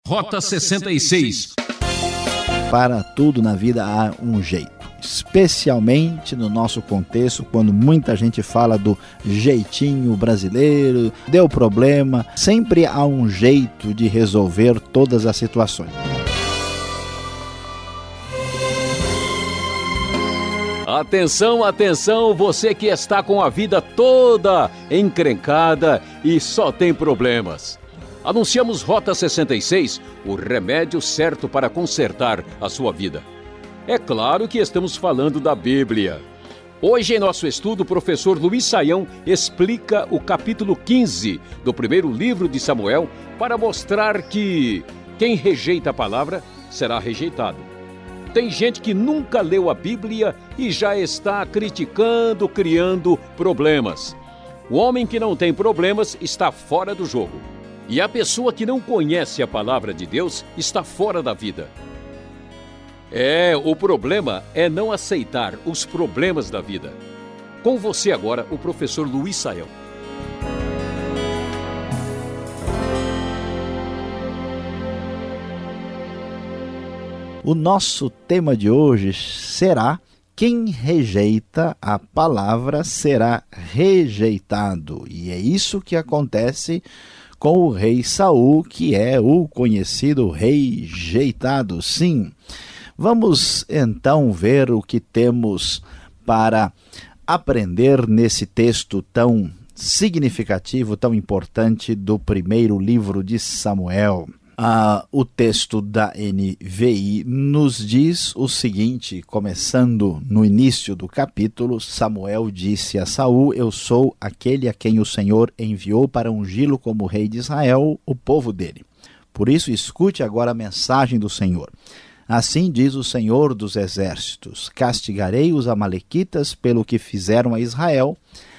Rota 66. Para tudo na vida há um jeito, especialmente no nosso contexto, quando muita gente fala do jeitinho brasileiro, deu problema, sempre há um jeito de resolver todas as situações. Atenção, atenção, você que está com a vida toda encrencada e só tem problemas. Anunciamos Rota 66, o remédio certo para consertar a sua vida. É claro que estamos falando da Bíblia. Hoje em nosso estudo, o professor Luiz Saião explica o capítulo 15 do primeiro livro de Samuel para mostrar que quem rejeita a palavra será rejeitado. Tem gente que nunca leu a Bíblia e já está criticando, criando problemas. O homem que não tem problemas está fora do jogo. E a pessoa que não conhece a palavra de Deus está fora da vida. O problema é não aceitar os problemas da vida. Com você agora, o professor Luiz Saião. O nosso tema de hoje será: quem rejeita a palavra será rejeitado. E é isso que acontece com o rei Saul, que é o conhecido rejeitado. Sim. Vamos então ver o que temos para aprender nesse texto tão significativo, tão importante do primeiro livro de Samuel. O texto da NVI nos diz o seguinte, começando no início do capítulo: Samuel disse a Saul: eu sou aquele a quem o Senhor enviou para ungí-lo como rei de Israel, o povo dele. Por isso, escute agora a mensagem do Senhor. Assim diz o Senhor dos Exércitos: castigarei os amalequitas pelo que fizeram a Israel,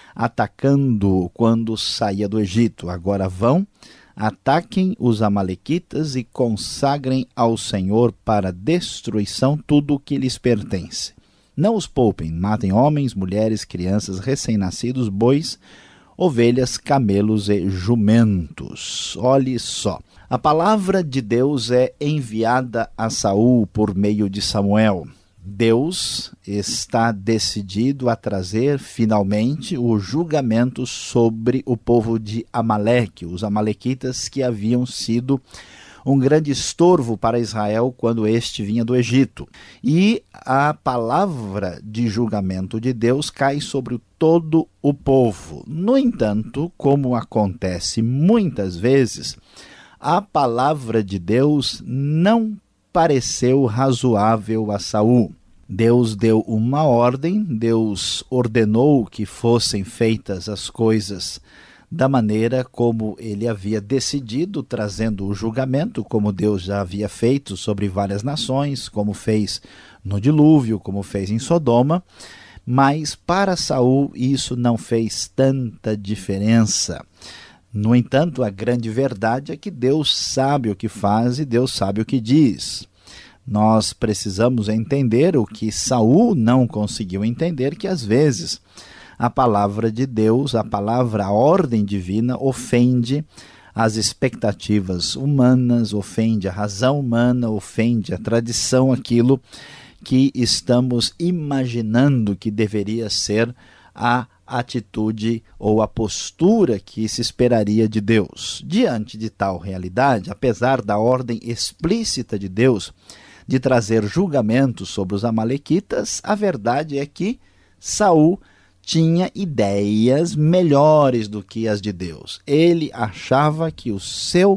atacando-o quando saía do Egito. Agora vão, ataquem os amalequitas e consagrem ao Senhor para destruição tudo o que lhes pertence. Não os poupem, matem homens, mulheres, crianças, recém-nascidos, bois, ovelhas, camelos e jumentos. Olhe só, a palavra de Deus é enviada a Saul por meio de Samuel. Deus está decidido a trazer finalmente o julgamento sobre o povo de Amaleque, os amalequitas que haviam sido um grande estorvo para Israel quando este vinha do Egito. E a palavra de julgamento de Deus cai sobre todo o povo. No entanto, como acontece muitas vezes, a palavra de Deus não pareceu razoável a Saul. Deus deu uma ordem, Deus ordenou que fossem feitas as coisas da maneira como ele havia decidido, trazendo o julgamento, como Deus já havia feito sobre várias nações, como fez no dilúvio, como fez em Sodoma. Mas para Saul isso não fez tanta diferença. No entanto, a grande verdade é que Deus sabe o que faz e Deus sabe o que diz. Nós precisamos entender o que Saul não conseguiu entender, que às vezes a palavra de Deus, a ordem divina, ofende as expectativas humanas, ofende a razão humana, ofende a tradição, aquilo que estamos imaginando que deveria ser a atitude ou a postura que se esperaria de Deus. Diante de tal realidade, apesar da ordem explícita de Deus de trazer julgamento sobre os amalequitas, a verdade é que Saul tinha ideias melhores do que as de Deus. Ele achava que o seu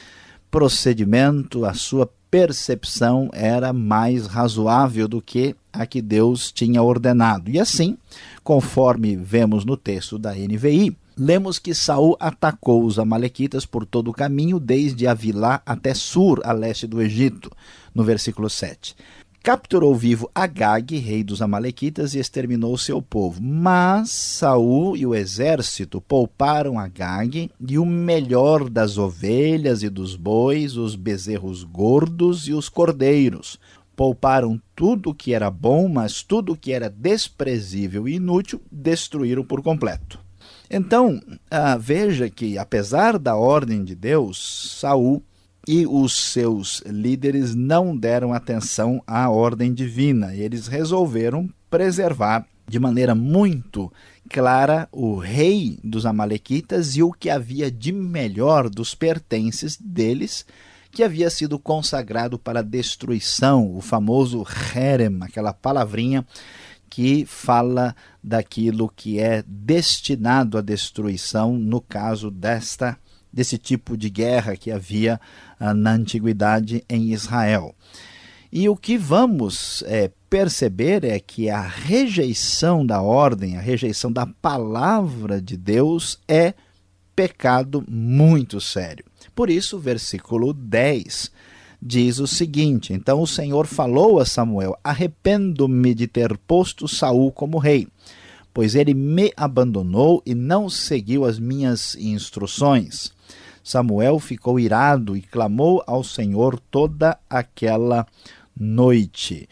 procedimento, a sua percepção era mais razoável do que a que Deus tinha ordenado. E assim, conforme vemos no texto da NVI, lemos que Saul atacou os amalequitas por todo o caminho, desde Avilá até Sur, a leste do Egito, no versículo 7. Capturou vivo Agag, rei dos amalequitas, e exterminou seu povo. Mas Saul e o exército pouparam Agag e o melhor das ovelhas e dos bois, os bezerros gordos e os cordeiros. Pouparam tudo o que era bom, mas tudo o que era desprezível e inútil destruíram por completo. Então, veja que, apesar da ordem de Deus, Saul e os seus líderes não deram atenção à ordem divina. Eles resolveram preservar de maneira muito clara o rei dos amalequitas e o que havia de melhor dos pertences deles, que havia sido consagrado para a destruição, o famoso herem, aquela palavrinha que fala daquilo que é destinado à destruição, no caso desse tipo de guerra que havia na antiguidade em Israel. E o que vamos perceber é que a rejeição da ordem, a rejeição da palavra de Deus é pecado muito sério. Por isso, o versículo 10 diz o seguinte: então o Senhor falou a Samuel: arrependo-me de ter posto Saul como rei, pois ele me abandonou e não seguiu as minhas instruções. Samuel ficou irado e clamou ao Senhor toda aquela noite.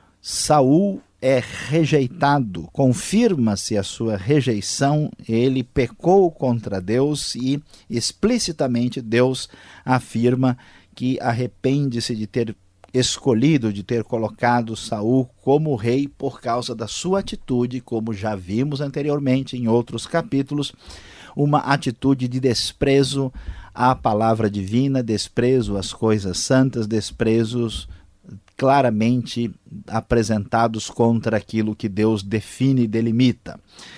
Saul é rejeitado, confirma-se a sua rejeição, ele pecou contra Deus e explicitamente Deus afirma que arrepende-se de ter escolhido, de ter colocado Saul como rei por causa da sua atitude, como já vimos anteriormente em outros capítulos, uma atitude de desprezo à palavra divina, desprezo às coisas santas, desprezos claramente apresentados contra aquilo que Deus define e delimita.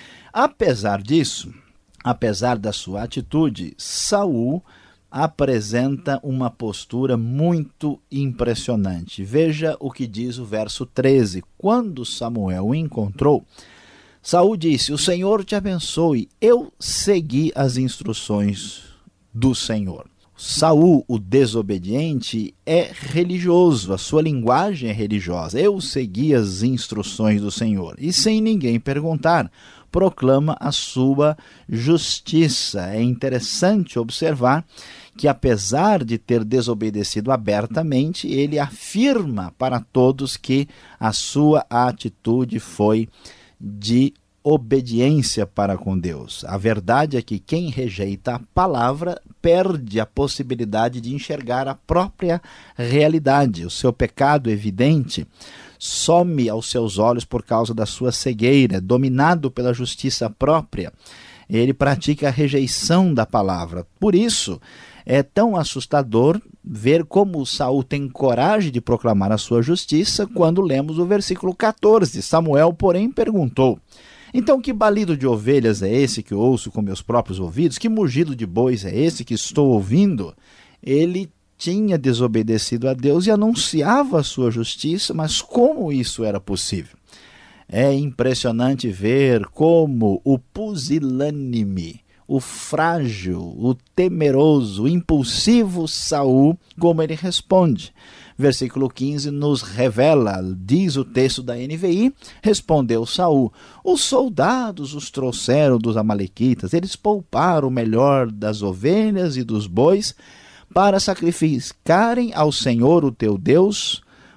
Apesar disso, apesar da sua atitude, Saul apresenta uma postura muito impressionante. Veja o que diz o verso 13. Quando Samuel o encontrou, Saul disse: o Senhor te abençoe, eu segui as instruções do Senhor. Saul, o desobediente, é religioso, a sua linguagem é religiosa. Eu segui as instruções do Senhor. E sem ninguém perguntar, proclama a sua justiça. É interessante observar que, apesar de ter desobedecido abertamente, ele afirma para todos que a sua atitude foi de obediência para com Deus. A verdade é que quem rejeita a palavra perde a possibilidade de enxergar a própria realidade. O seu pecado evidente some aos seus olhos por causa da sua cegueira, dominado pela justiça própria. Ele pratica a rejeição da palavra. Por isso, é tão assustador ver como Saul tem coragem de proclamar a sua justiça quando lemos o versículo 14. Samuel, porém, perguntou: então, que balido de ovelhas é esse que ouço com meus próprios ouvidos? Que mugido de bois é esse que estou ouvindo? Ele tinha desobedecido a Deus e anunciava a sua justiça, mas como isso era possível? É impressionante ver como o pusilânime, o frágil, o temeroso, o impulsivo Saul, como ele responde. Versículo 15 nos revela, diz o texto da NVI, respondeu Saul: os soldados os trouxeram dos amalequitas, eles pouparam o melhor das ovelhas e dos bois para sacrificarem ao Senhor o teu Deus,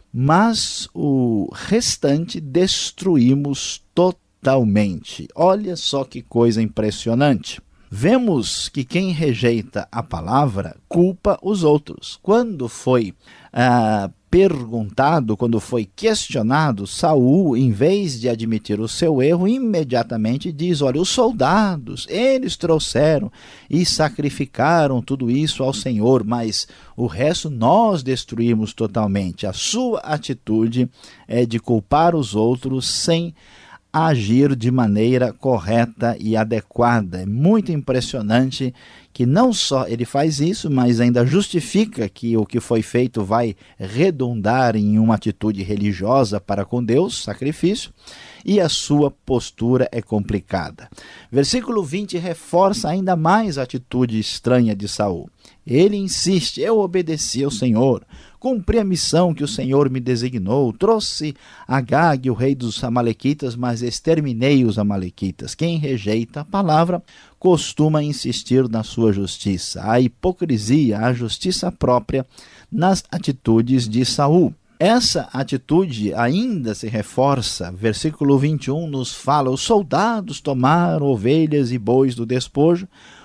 mas o restante destruímos totalmente. Olha só que coisa impressionante. Vemos que quem rejeita a palavra culpa os outros. Quando foi perguntado, quando foi questionado, Saul, em vez de admitir o seu erro, imediatamente diz: olha, os soldados, eles trouxeram e sacrificaram tudo isso ao Senhor, mas o resto nós destruímos totalmente. A sua atitude é de culpar os outros sem agir de maneira correta e adequada. É muito impressionante que não só ele faz isso, mas ainda justifica que o que foi feito vai redundar em uma atitude religiosa para com Deus, sacrifício, e a sua postura é complicada. Versículo 20 reforça ainda mais a atitude estranha de Saul. Ele insiste: eu obedeci ao Senhor, cumpri a missão que o Senhor me designou, trouxe Agag, o rei dos amalequitas, mas exterminei os amalequitas. Quem rejeita a palavra costuma insistir na sua justiça. A hipocrisia, a justiça própria nas atitudes de Saul. Essa atitude ainda se reforça. Versículo 21 nos fala: os soldados tomaram ovelhas e bois do despojo,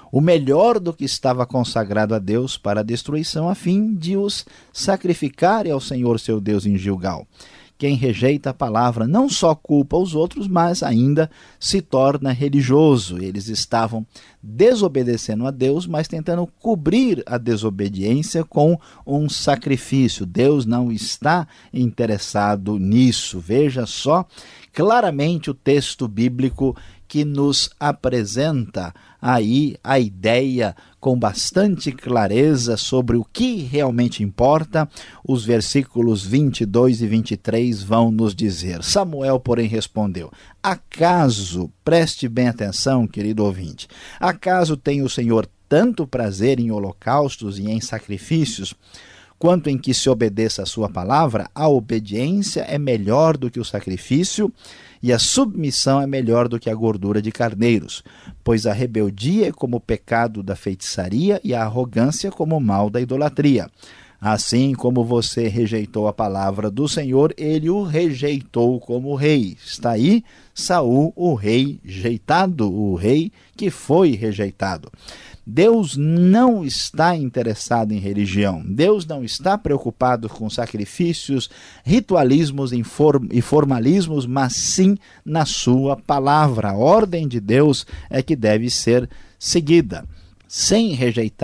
o melhor do que estava consagrado a Deus para a destruição, a fim de os sacrificarem ao Senhor seu Deus em Gilgal. Quem rejeita a palavra não só culpa os outros, mas ainda se torna religioso. Eles estavam desobedecendo a Deus, mas tentando cobrir a desobediência com um sacrifício. Deus não está interessado nisso. Veja só claramente o texto bíblico que nos apresenta aí a ideia com bastante clareza sobre o que realmente importa. Os versículos 22 e 23 vão nos dizer: Samuel, porém, respondeu: acaso, preste bem atenção, querido ouvinte, acaso tem o Senhor tanto prazer em holocaustos e em sacrifícios, quanto em que se obedeça a sua palavra? A obediência é melhor do que o sacrifício, e a submissão é melhor do que a gordura de carneiros, pois a rebeldia é como o pecado da feitiçaria e a arrogância como o mal da idolatria. Assim como você rejeitou a palavra do Senhor, ele o rejeitou como rei. Está aí Saul, o rei rejeitado, o rei que foi rejeitado. Deus não está interessado em religião. Deus não está preocupado com sacrifícios, ritualismos e formalismos, mas sim na sua palavra. A ordem de Deus é que deve ser seguida. Sem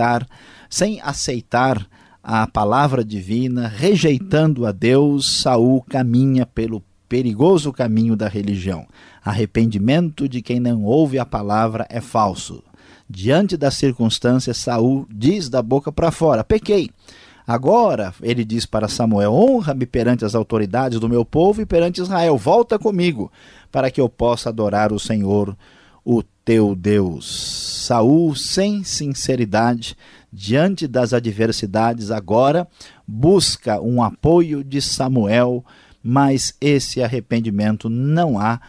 aceitar a palavra divina, rejeitando a Deus, Saul caminha pelo perigoso caminho da religião. Arrependimento de quem não ouve a palavra é falso. Diante das circunstâncias, Saul diz da boca para fora: pequei. Agora, ele diz para Samuel: honra-me perante as autoridades do meu povo e perante Israel. Volta comigo, para que eu possa adorar o Senhor, o teu Deus. Saul, sem sinceridade, diante das adversidades, agora busca um apoio de Samuel, mas esse arrependimento não há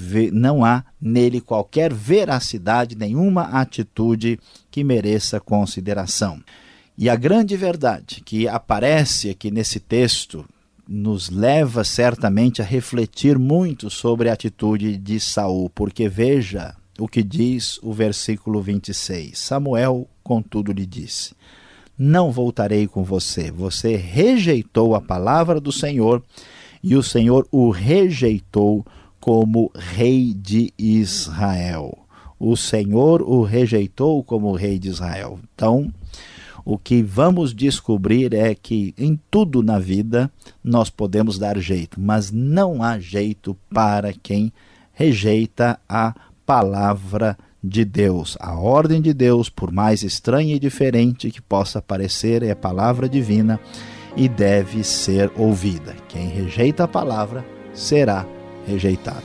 nele qualquer veracidade, nenhuma atitude que mereça consideração. E a grande verdade que aparece aqui nesse texto nos leva certamente a refletir muito sobre a atitude de Saul, porque veja o que diz o versículo 26. Samuel, contudo, lhe disse: não voltarei com você. Você rejeitou a palavra do Senhor, e o Senhor o rejeitou como rei de Israel. O Senhor o rejeitou como rei de Israel. Então, o que vamos descobrir é que em tudo na vida nós podemos dar jeito, mas não há jeito para quem rejeita a palavra de Deus. A ordem de Deus, por mais estranha e diferente que possa parecer, é a palavra divina e deve ser ouvida. Quem rejeita a palavra será rejeitado.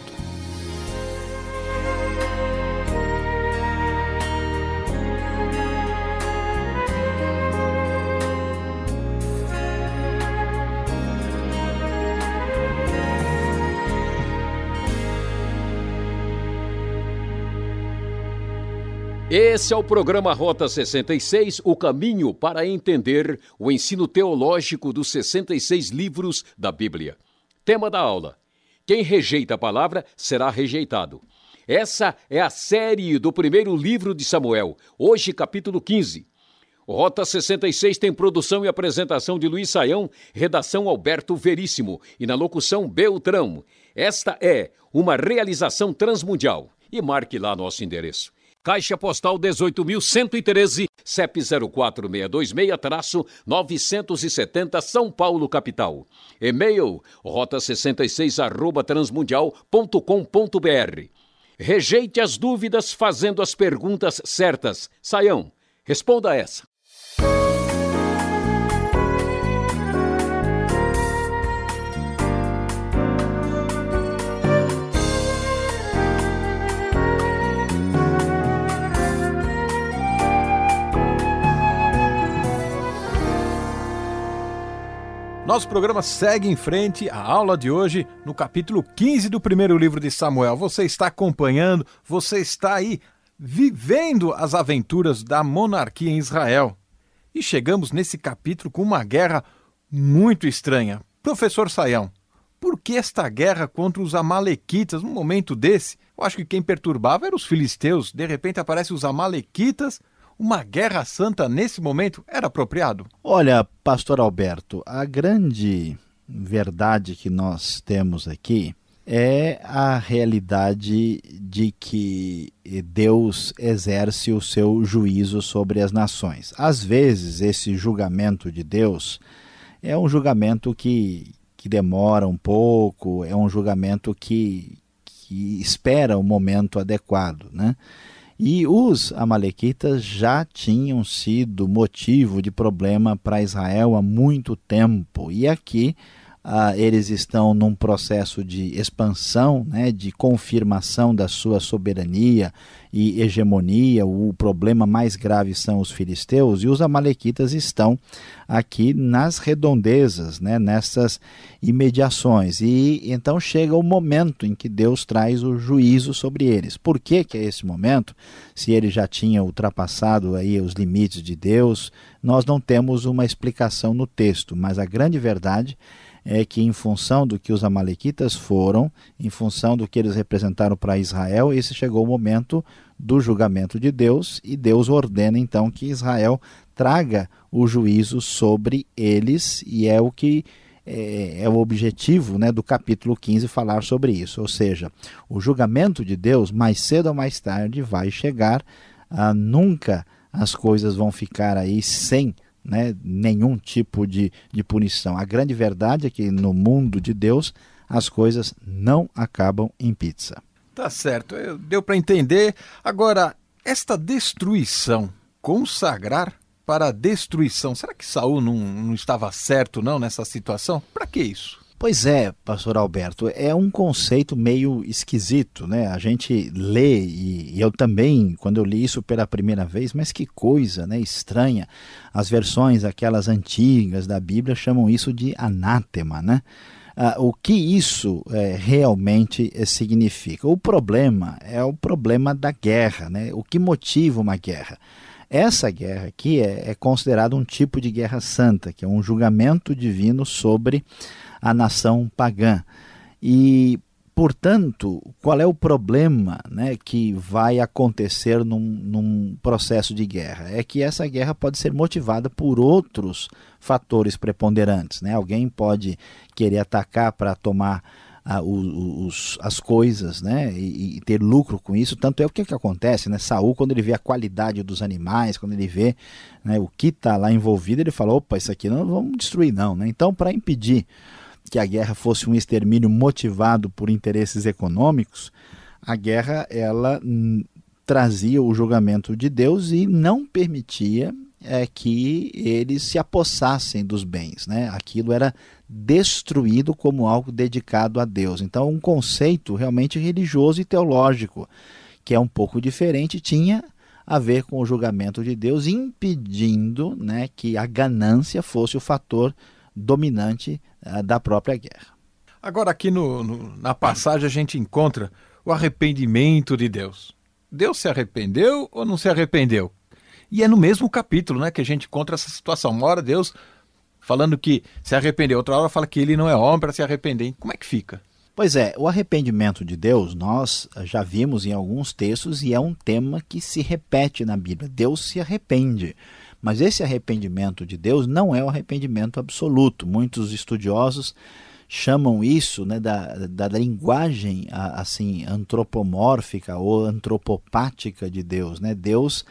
Esse é o programa Rota 66, o caminho para entender o ensino teológico dos 66 livros da Bíblia. Tema da aula: quem rejeita a palavra será rejeitado. Essa é a série do primeiro livro de Samuel, hoje capítulo 15. O Rota 66 tem produção e apresentação de Luiz Saião, redação Alberto Veríssimo e na locução Beltrão. Esta é uma realização transmundial. E marque lá nosso endereço. Caixa Postal 18.113, CEP 04626-970, São Paulo, capital. E-mail rota66@transmundial.com.br. Rejeite as dúvidas fazendo as perguntas certas. Saião, responda essa. Nosso programa segue em frente, a aula de hoje no capítulo 15 do primeiro livro de Samuel. Você está acompanhando, você está aí vivendo as aventuras da monarquia em Israel. E chegamos nesse capítulo com uma guerra muito estranha. Professor Saião, por que esta guerra contra os amalequitas num momento desse? Eu acho que quem perturbava eram os filisteus. De repente aparecem os amalequitas, uma guerra santa nesse momento era apropriado? Olha, pastor Alberto, a grande verdade que nós temos aqui é a realidade de que Deus exerce o seu juízo sobre as nações. Às vezes, esse julgamento de Deus é um julgamento que demora um pouco, é um julgamento que espera o momento adequado, né? E os amalequitas já tinham sido motivo de problema para Israel há muito tempo. E aqui eles estão num processo de expansão, né, de confirmação da sua soberania e hegemonia. O problema mais grave são os filisteus, e os amalequitas estão aqui nas redondezas, né, nessas imediações. E então chega o momento em que Deus traz o juízo sobre eles. Por que é esse momento? Se ele já tinha ultrapassado aí os limites de Deus, nós não temos uma explicação no texto, mas a grande verdade é que, em função do que os amalequitas foram, em função do que eles representaram para Israel, esse chegou o momento do julgamento de Deus, e Deus ordena então que Israel traga o juízo sobre eles, e é o que é o objetivo, né, do capítulo 15 falar sobre isso. Ou seja, o julgamento de Deus, mais cedo ou mais tarde, vai chegar. Nunca as coisas vão ficar aí sem, né, nenhum tipo de punição. A grande verdade é que no mundo de Deus as coisas não acabam em pizza. Tá certo, deu para entender. Agora, esta destruição, consagrar para a destruição, será que Saul não estava certo não nessa situação? Para que isso? Pois é, pastor Alberto, é um conceito meio esquisito, né? A gente lê, e eu também, quando eu li isso pela primeira vez, mas que coisa, né, estranha. As versões, aquelas antigas da Bíblia, chamam isso de anátema, né? O que isso realmente significa? O problema é o problema da guerra, né? O que motiva uma guerra? Essa guerra aqui é considerada um tipo de guerra santa, que é um julgamento divino sobre a nação pagã. E, portanto, qual é o problema, né, que vai acontecer num processo de guerra? É que essa guerra pode ser motivada por outros fatores preponderantes, né? Alguém pode querer atacar para tomar as coisas, né, e ter lucro com isso. Tanto é o que acontece, né? Saul, quando ele vê a qualidade dos animais, quando ele vê, né, o que está lá envolvido, ele fala, opa, isso aqui não vamos destruir não, né? Então, para impedir que a guerra fosse um extermínio motivado por interesses econômicos, a guerra ela trazia o julgamento de Deus e não permitia que eles se apossassem dos bens, né? Aquilo era destruído como algo dedicado a Deus. Então, um conceito realmente religioso e teológico, que é um pouco diferente, tinha a ver com o julgamento de Deus, impedindo, né, que a ganância fosse o fator dominante da própria guerra. Agora, aqui na passagem a gente encontra o arrependimento de Deus. Deus se arrependeu ou não se arrependeu? E é no mesmo capítulo, né, que a gente encontra essa situação. Uma hora Deus falando que se arrependeu, outra hora fala que ele não é homem para se arrepender. Como é que fica? Pois é, o arrependimento de Deus nós já vimos em alguns textos e é um tema que se repete na Bíblia. Deus se arrepende. Mas esse arrependimento de Deus não é o arrependimento absoluto. Muitos estudiosos chamam isso, né, da linguagem assim antropomórfica ou antropopática de Deus, né? Deus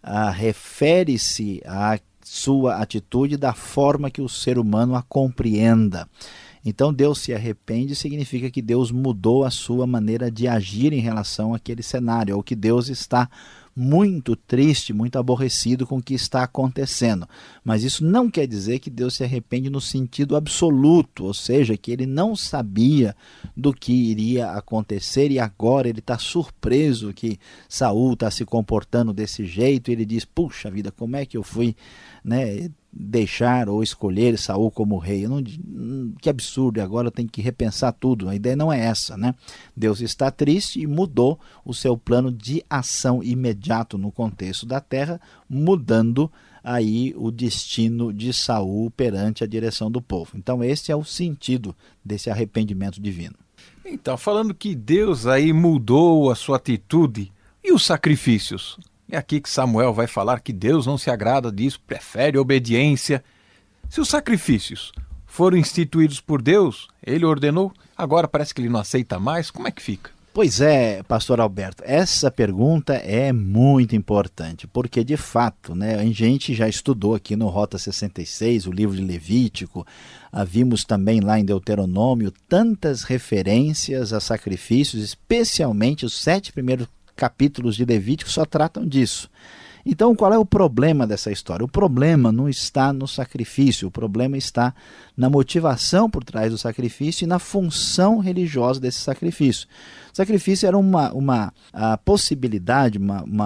refere-se à sua atitude da forma que o ser humano a compreenda. Então, Deus se arrepende significa que Deus mudou a sua maneira de agir em relação àquele cenário, ou que Deus está muito triste, muito aborrecido com o que está acontecendo. Mas isso não quer dizer que Deus se arrepende no sentido absoluto, ou seja, que ele não sabia do que iria acontecer e agora ele está surpreso que Saul está se comportando desse jeito, e ele diz, puxa vida, como é que eu fui, né, deixar ou escolher Saul como rei? Que absurdo, agora eu tenho que repensar tudo. A ideia não é essa, né? Deus está triste e mudou o seu plano de ação imediato no contexto da terra, mudando aí o destino de Saul perante a direção do povo. Então esse é o sentido desse arrependimento divino. Então, falando que Deus aí mudou a sua atitude, e os sacrifícios? É aqui que Samuel vai falar que Deus não se agrada disso, prefere obediência. Se os sacrifícios foram instituídos por Deus, ele ordenou, agora parece que ele não aceita mais, como é que fica? Pois é, pastor Alberto, essa pergunta é muito importante, porque de fato, né, a gente já estudou aqui no Rota 66, o livro de Levítico, vimos também lá em Deuteronômio tantas referências a sacrifícios, especialmente os 7 primeiros capítulos de Levítico só tratam disso. Então, qual é o problema dessa história? O problema não está no sacrifício, o problema está na motivação por trás do sacrifício e na função religiosa desse sacrifício. O sacrifício era uma possibilidade,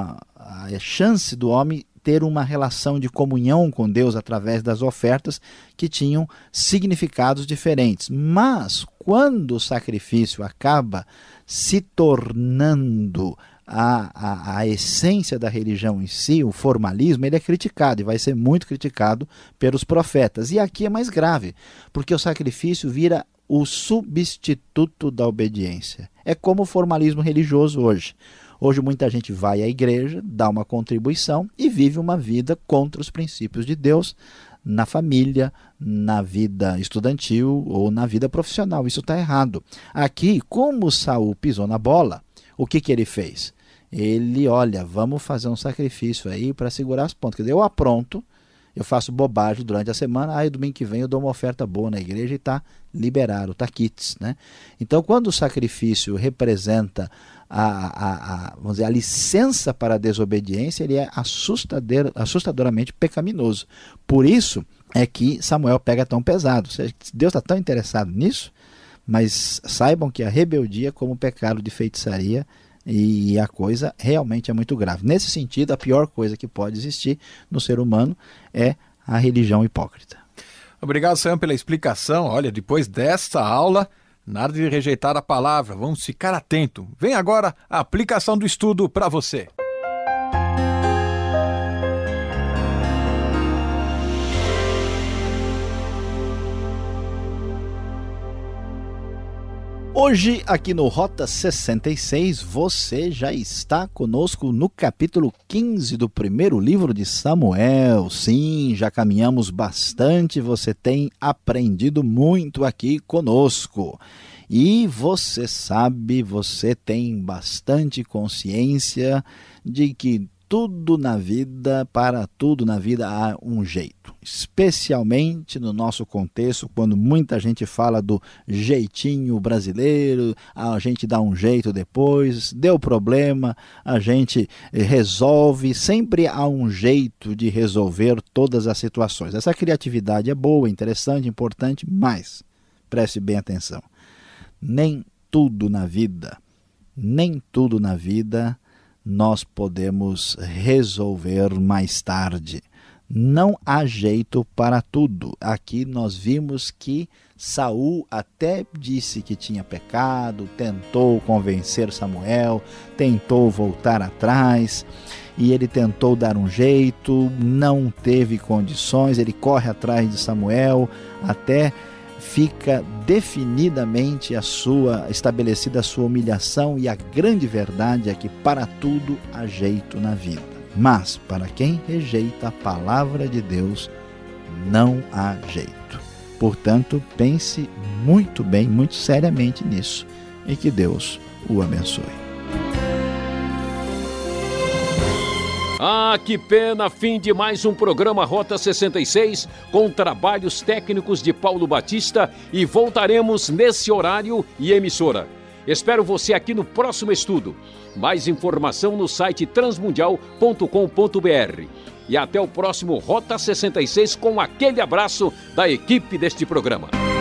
a chance do homem ter uma relação de comunhão com Deus através das ofertas que tinham significados diferentes. Mas, quando o sacrifício acaba se tornando a essência da religião em si, o formalismo, ele é criticado e vai ser muito criticado pelos profetas. E aqui é mais grave, porque o sacrifício vira o substituto da obediência. É como o formalismo religioso hoje. Hoje muita gente vai à igreja, dá uma contribuição e vive uma vida contra os princípios de Deus na família, na vida estudantil ou na vida profissional. Isso está errado. Aqui, como Saul pisou na bola, o que ele fez? Ele, olha, vamos fazer um sacrifício aí para segurar as pontas. Quer dizer, eu apronto, eu faço bobagem durante a semana, aí domingo que vem eu dou uma oferta boa na igreja e está liberado, está quites, né? Então, quando o sacrifício representa vamos dizer, a licença para a desobediência, ele é assustadoramente pecaminoso. Por isso é que Samuel pega tão pesado. Ou seja, Deus está tão interessado nisso, mas saibam que a rebeldia é como o pecado de feitiçaria e a coisa realmente é muito grave. Nesse sentido, a pior coisa que pode existir no ser humano é a religião hipócrita. Obrigado, Sam, pela explicação. Olha, depois desta aula, nada de rejeitar a palavra, vamos ficar atento. Vem agora a aplicação do estudo para você. Hoje, aqui no Rota 66, você já está conosco no capítulo 15 do primeiro livro de Samuel. Sim, já caminhamos bastante, você tem aprendido muito aqui conosco. E você sabe, você tem bastante consciência de que tudo na vida, para tudo na vida há um jeito. Especialmente no nosso contexto, quando muita gente fala do jeitinho brasileiro, a gente dá um jeito depois, deu problema, a gente resolve, sempre há um jeito de resolver todas as situações. Essa criatividade é boa, interessante, importante, mas preste bem atenção. Nem tudo na vida nós podemos resolver mais tarde. Não há jeito para tudo. Aqui nós vimos que Saul até disse que tinha pecado, tentou convencer Samuel, tentou voltar atrás, e ele tentou dar um jeito, não teve condições, ele corre atrás de Samuel, até fica definidamente estabelecida a sua humilhação, e a grande verdade é que para tudo há jeito na vida. Mas para quem rejeita a palavra de Deus, não há jeito. Portanto, pense muito bem, muito seriamente nisso, e que Deus o abençoe. Ah, que pena, fim de mais um programa Rota 66, com trabalhos técnicos de Paulo Batista, e voltaremos nesse horário e emissora. Espero você aqui no próximo estudo. Mais informação no site transmundial.com.br. E até o próximo Rota 66 com aquele abraço da equipe deste programa.